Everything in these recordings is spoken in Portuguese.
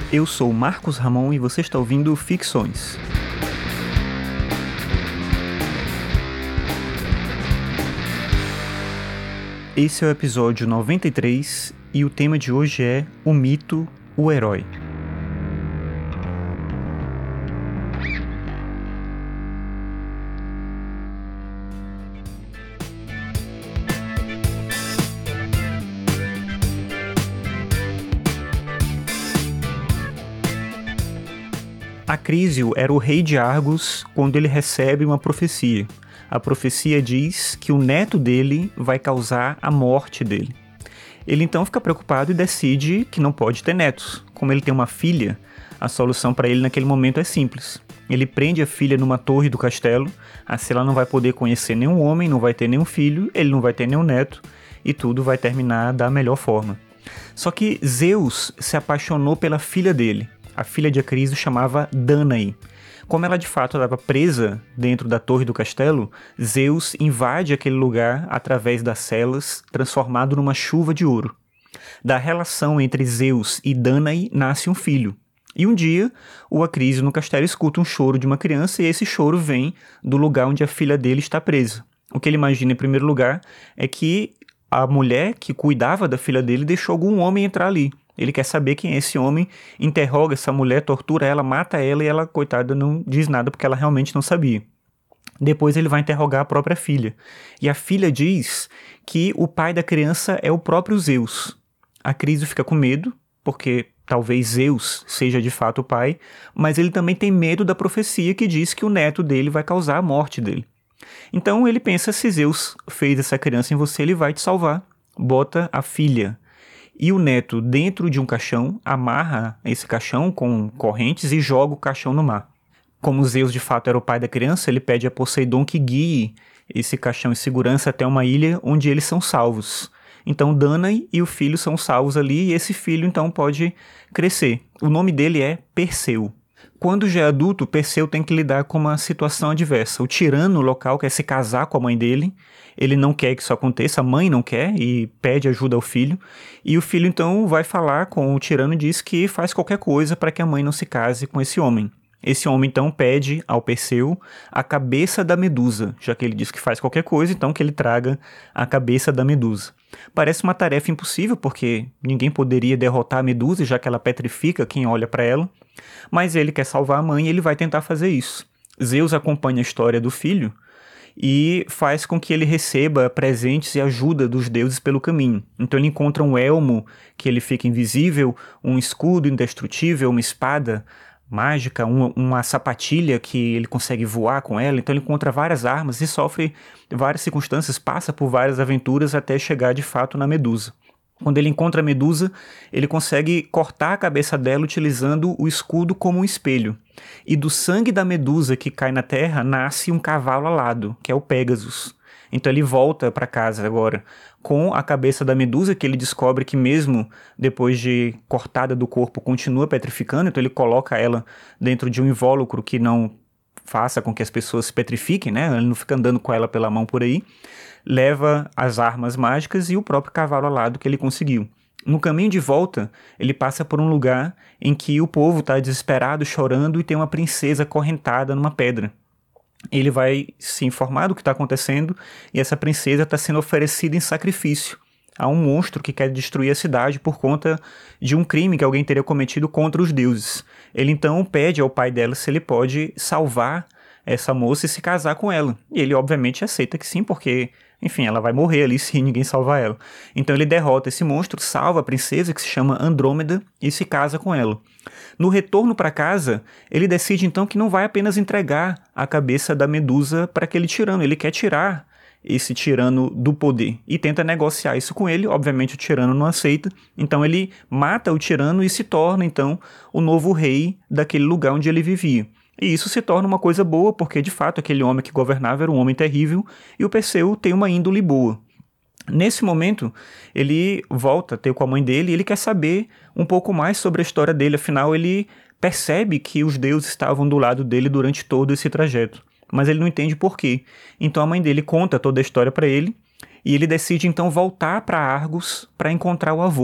Eu sou Marcos Ramon e você está ouvindo Ficções. Esse é o episódio 93 e o tema de hoje é o mito, o herói. Acrísio era o rei de Argos quando ele recebe uma profecia. A profecia diz que o neto dele vai causar a morte dele. Ele então fica preocupado e decide que não pode ter netos. Como ele tem uma filha, a solução para ele naquele momento é simples. Ele prende a filha numa torre do castelo, assim ela não vai poder conhecer nenhum homem, não vai ter nenhum filho, ele não vai ter nenhum neto e tudo vai terminar da melhor forma. Só que Zeus se apaixonou pela filha dele. A filha de Acrísio chamava Danae. Como ela de fato estava presa dentro da torre do castelo, Zeus invade aquele lugar através das celas, transformado numa chuva de ouro. Da relação entre Zeus e Danae nasce um filho. E um dia, o Acrísio no castelo escuta um choro de uma criança e esse choro vem do lugar onde a filha dele está presa. O que ele imagina em primeiro lugar é que a mulher que cuidava da filha dele deixou algum homem entrar ali. Ele quer saber quem é esse homem, interroga essa mulher, tortura ela, mata ela e ela, coitada, não diz nada porque ela realmente não sabia. Depois ele vai interrogar a própria filha. E a filha diz que o pai da criança é o próprio Zeus. Acrísio fica com medo, porque talvez Zeus seja de fato o pai, mas ele também tem medo da profecia que diz que o neto dele vai causar a morte dele. Então ele pensa, se Zeus fez essa criança em você, ele vai te salvar. Bota a filha e o neto dentro de um caixão, amarra esse caixão com correntes e joga o caixão no mar. Como Zeus de fato era o pai da criança, ele pede a Poseidon que guie esse caixão em segurança até uma ilha onde eles são salvos. Então Danae e o filho são salvos ali e esse filho então pode crescer. O nome dele é Perseu. Quando já é adulto, Perseu tem que lidar com uma situação adversa. O tirano local quer se casar com a mãe dele, ele não quer que isso aconteça, a mãe não quer e pede ajuda ao filho. E o filho então vai falar com o tirano e diz que faz qualquer coisa para que a mãe não se case com esse homem. Esse homem então pede ao Perseu a cabeça da Medusa, já que ele diz que faz qualquer coisa, então que ele traga a cabeça da Medusa. Parece uma tarefa impossível, porque ninguém poderia derrotar a Medusa, já que ela petrifica quem olha para ela. Mas ele quer salvar a mãe e ele vai tentar fazer isso. Zeus acompanha a história do filho e faz com que ele receba presentes e ajuda dos deuses pelo caminho. Então ele encontra um elmo que ele fica invisível, um escudo indestrutível, uma espada mágica, uma sapatilha que ele consegue voar com ela. Então ele encontra várias armas e sofre várias circunstâncias, passa por várias aventuras até chegar de fato na Medusa. Quando ele encontra a Medusa, ele consegue cortar a cabeça dela utilizando o escudo como um espelho. E do sangue da Medusa que cai na terra, nasce um cavalo alado, que é o Pégasus. Então ele volta para casa agora com a cabeça da Medusa, que ele descobre que mesmo depois de cortada do corpo continua petrificando, então ele coloca ela dentro de um invólucro que não faça com que as pessoas se petrifiquem, né? Ele não fica andando com ela pela mão por aí. Leva as armas mágicas e o próprio cavalo alado que ele conseguiu. No caminho de volta, ele passa por um lugar em que o povo está desesperado, chorando e tem uma princesa acorrentada numa pedra. Ele vai se informar do que está acontecendo e essa princesa está sendo oferecida em sacrifício a um monstro que quer destruir a cidade por conta de um crime que alguém teria cometido contra os deuses. Ele então pede ao pai dela se ele pode salvar essa moça e se casar com ela. E ele obviamente aceita que sim, porque, enfim, ela vai morrer ali se ninguém salvar ela. Então ele derrota esse monstro, salva a princesa, que se chama Andrômeda, e se casa com ela. No retorno para casa, ele decide então que não vai apenas entregar a cabeça da Medusa para aquele tirano, ele quer tirar esse tirano do poder e tenta negociar isso com ele. Obviamente o tirano não aceita, então ele mata o tirano e se torna então o novo rei daquele lugar onde ele vivia. E isso se torna uma coisa boa, porque de fato aquele homem que governava era um homem terrível e o Perseu tem uma índole boa. Nesse momento, ele volta a ter com a mãe dele e ele quer saber um pouco mais sobre a história dele, afinal ele percebe que os deuses estavam do lado dele durante todo esse trajeto, mas ele não entende por quê. Então a mãe dele conta toda a história para ele e ele decide então voltar para Argos para encontrar o avô.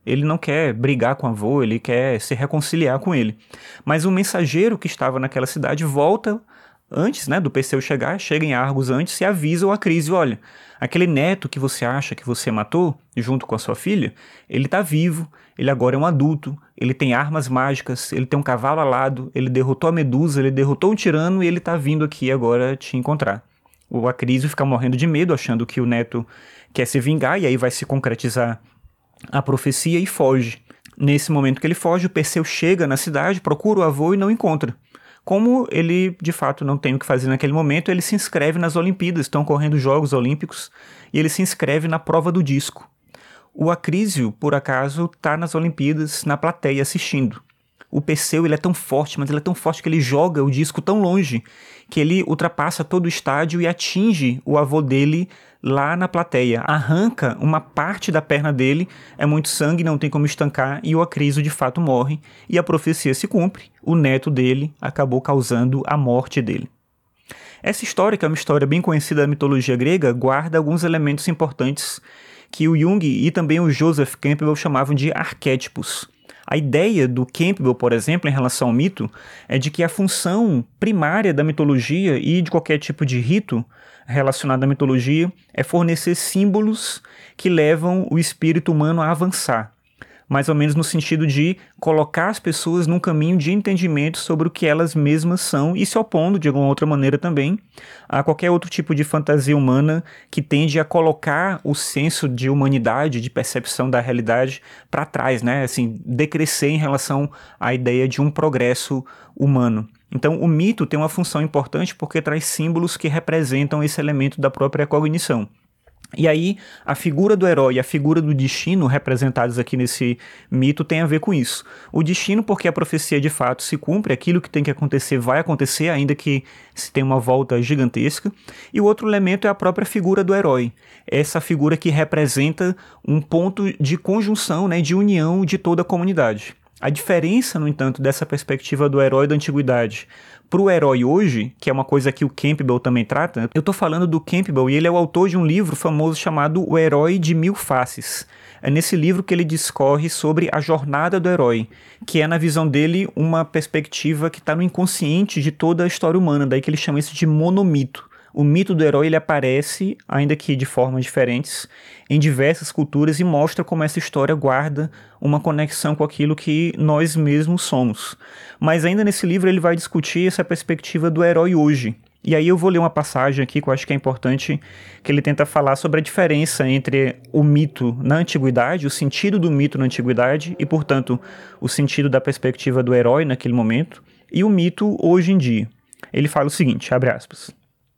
Ele não quer brigar com o avô, ele quer se reconciliar com ele. Mas o mensageiro que estava naquela cidade volta antes, né, do Perseu chegar, chega em Argos antes e avisa o Acrísio, olha, aquele neto que você acha que você matou, junto com a sua filha, ele tá vivo, ele agora é um adulto, ele tem armas mágicas, ele tem um cavalo alado, ele derrotou a Medusa, ele derrotou um tirano e ele tá vindo aqui agora te encontrar. O Acrísio fica morrendo de medo, achando que o neto quer se vingar, e aí vai se concretizar a profecia e foge. Nesse momento que ele foge, o Perseu chega na cidade, procura o avô e não encontra. Como ele, de fato, não tem o que fazer naquele momento, ele se inscreve nas Olimpíadas, estão correndo os Jogos Olímpicos, e ele se inscreve na prova do disco. O Acrísio, por acaso, está nas Olimpíadas, na plateia, assistindo. O Perseu, ele é tão forte, mas ele é tão forte que ele joga o disco tão longe, que ele ultrapassa todo o estádio e atinge o avô dele lá na plateia. Arranca uma parte da perna dele, é muito sangue, não tem como estancar, e o Acrísio de fato morre, e a profecia se cumpre. O neto dele acabou causando a morte dele. Essa história, que é uma história bem conhecida da mitologia grega, guarda alguns elementos importantes que o Jung e também o Joseph Campbell chamavam de arquétipos. A ideia do Campbell, por exemplo, em relação ao mito, é de que a função primária da mitologia e de qualquer tipo de rito relacionado à mitologia é fornecer símbolos que levam o espírito humano a avançar. Mais ou menos no sentido de colocar as pessoas num caminho de entendimento sobre o que elas mesmas são e se opondo, de alguma outra maneira também, a qualquer outro tipo de fantasia humana que tende a colocar o senso de humanidade, de percepção da realidade para trás, né? Assim, decrescer em relação à ideia de um progresso humano. Então, o mito tem uma função importante porque traz símbolos que representam esse elemento da própria cognição. E aí, a figura do herói e a figura do destino, representados aqui nesse mito, tem a ver com isso. O destino, porque a profecia de fato se cumpre, aquilo que tem que acontecer vai acontecer, ainda que se tenha uma volta gigantesca. E o outro elemento é a própria figura do herói. Essa figura que representa um ponto de conjunção, né, de união de toda a comunidade. A diferença, no entanto, dessa perspectiva do herói da antiguidade para o herói hoje, que é uma coisa que o Campbell também trata, eu estou falando do Campbell e ele é o autor de um livro famoso chamado O Herói de Mil Faces. É nesse livro que ele discorre sobre a jornada do herói, que é, na visão dele, uma perspectiva que está no inconsciente de toda a história humana, daí que ele chama isso de monomito. O mito do herói ele aparece, ainda que de formas diferentes, em diversas culturas e mostra como essa história guarda uma conexão com aquilo que nós mesmos somos. Mas ainda nesse livro ele vai discutir essa perspectiva do herói hoje. E aí eu vou ler uma passagem aqui que eu acho que é importante, que ele tenta falar sobre a diferença entre o mito na antiguidade, o sentido do mito na antiguidade e, portanto, o sentido da perspectiva do herói naquele momento, e o mito hoje em dia. Ele fala o seguinte, abre aspas: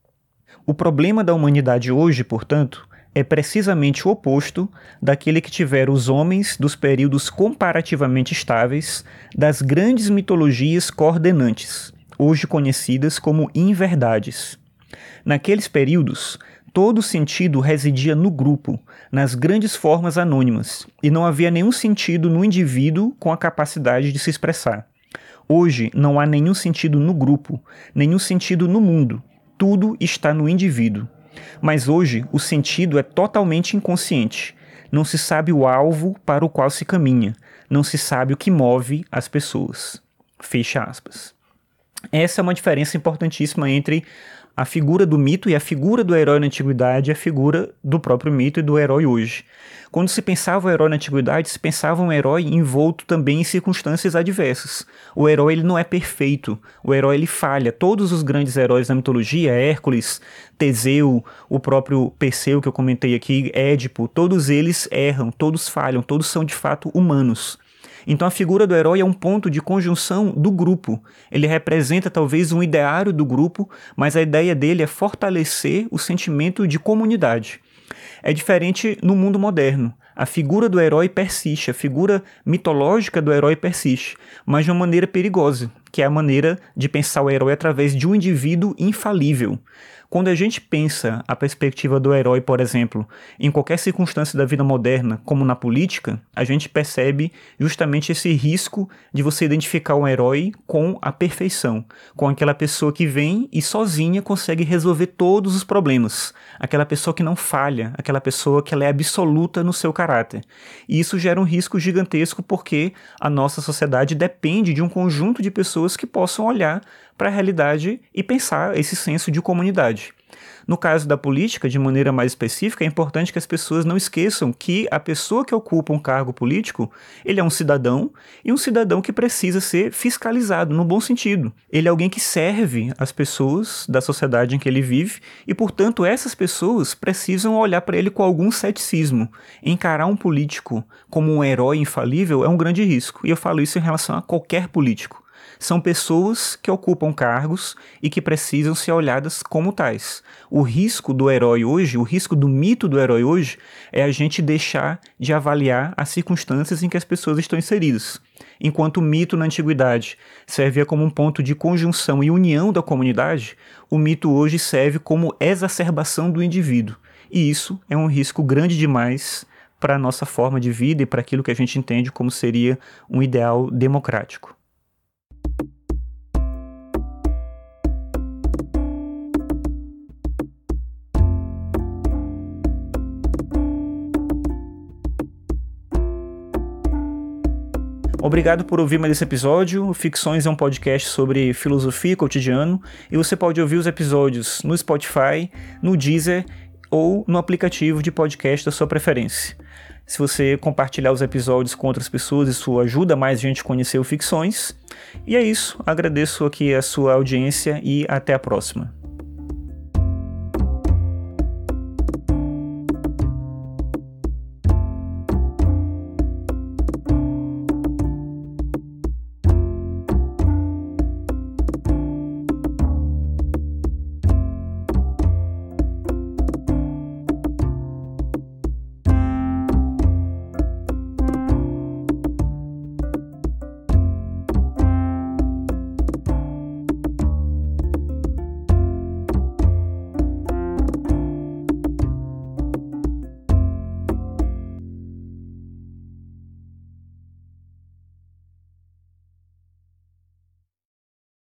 "O problema da humanidade hoje, portanto, é precisamente o oposto daquele que tiveram os homens dos períodos comparativamente estáveis das grandes mitologias coordenantes, hoje conhecidas como inverdades. Naqueles períodos, todo sentido residia no grupo, nas grandes formas anônimas, e não havia nenhum sentido no indivíduo com a capacidade de se expressar. Hoje não há nenhum sentido no grupo, nenhum sentido no mundo. Tudo está no indivíduo. Mas hoje o sentido é totalmente inconsciente. Não se sabe o alvo para o qual se caminha. Não se sabe o que move as pessoas." Fecha aspas. Essa é uma diferença importantíssima entre a figura do mito e a figura do herói na antiguidade e a figura do próprio mito e do herói hoje. Quando se pensava o herói na antiguidade, se pensava um herói envolto também em circunstâncias adversas. O herói ele não é perfeito, o herói ele falha. Todos os grandes heróis da mitologia, Hércules, Teseu, o próprio Perseu que eu comentei aqui, Édipo, todos eles erram, todos falham, todos são de fato humanos. Então a figura do herói é um ponto de conjunção do grupo. Ele representa talvez um ideário do grupo, mas a ideia dele é fortalecer o sentimento de comunidade. É diferente no mundo moderno. A figura do herói persiste, a figura mitológica do herói persiste, mas de uma maneira perigosa, que é a maneira de pensar o herói através de um indivíduo infalível. Quando a gente pensa a perspectiva do herói, por exemplo, em qualquer circunstância da vida moderna, como na política, a gente percebe justamente esse risco de você identificar um herói com a perfeição, com aquela pessoa que vem e sozinha consegue resolver todos os problemas, aquela pessoa que não falha, aquela pessoa que ela é absoluta no seu caráter. caráter. E isso gera um risco gigantesco porque a nossa sociedade depende de um conjunto de pessoas que possam olhar para a realidade e pensar esse senso de comunidade. No caso da política, de maneira mais específica, é importante que as pessoas não esqueçam que a pessoa que ocupa um cargo político, ele é um cidadão, e um cidadão que precisa ser fiscalizado, no bom sentido. Ele é alguém que serve as pessoas da sociedade em que ele vive, e, portanto, essas pessoas precisam olhar para ele com algum ceticismo. Encarar um político como um herói infalível é um grande risco, e eu falo isso em relação a qualquer político. São pessoas que ocupam cargos e que precisam ser olhadas como tais. O risco do herói hoje, o risco do mito do herói hoje, é a gente deixar de avaliar as circunstâncias em que as pessoas estão inseridas. Enquanto o mito na antiguidade servia como um ponto de conjunção e união da comunidade, o mito hoje serve como exacerbação do indivíduo. E isso é um risco grande demais para a nossa forma de vida e para aquilo que a gente entende como seria um ideal democrático. Obrigado por ouvir mais esse episódio. O Ficções é um podcast sobre filosofia e cotidiano, e você pode ouvir os episódios no Spotify, no Deezer ou no aplicativo de podcast da sua preferência. Se você compartilhar os episódios com outras pessoas, isso ajuda mais a gente a conhecer o Ficções. E é isso, agradeço aqui a sua audiência e até a próxima.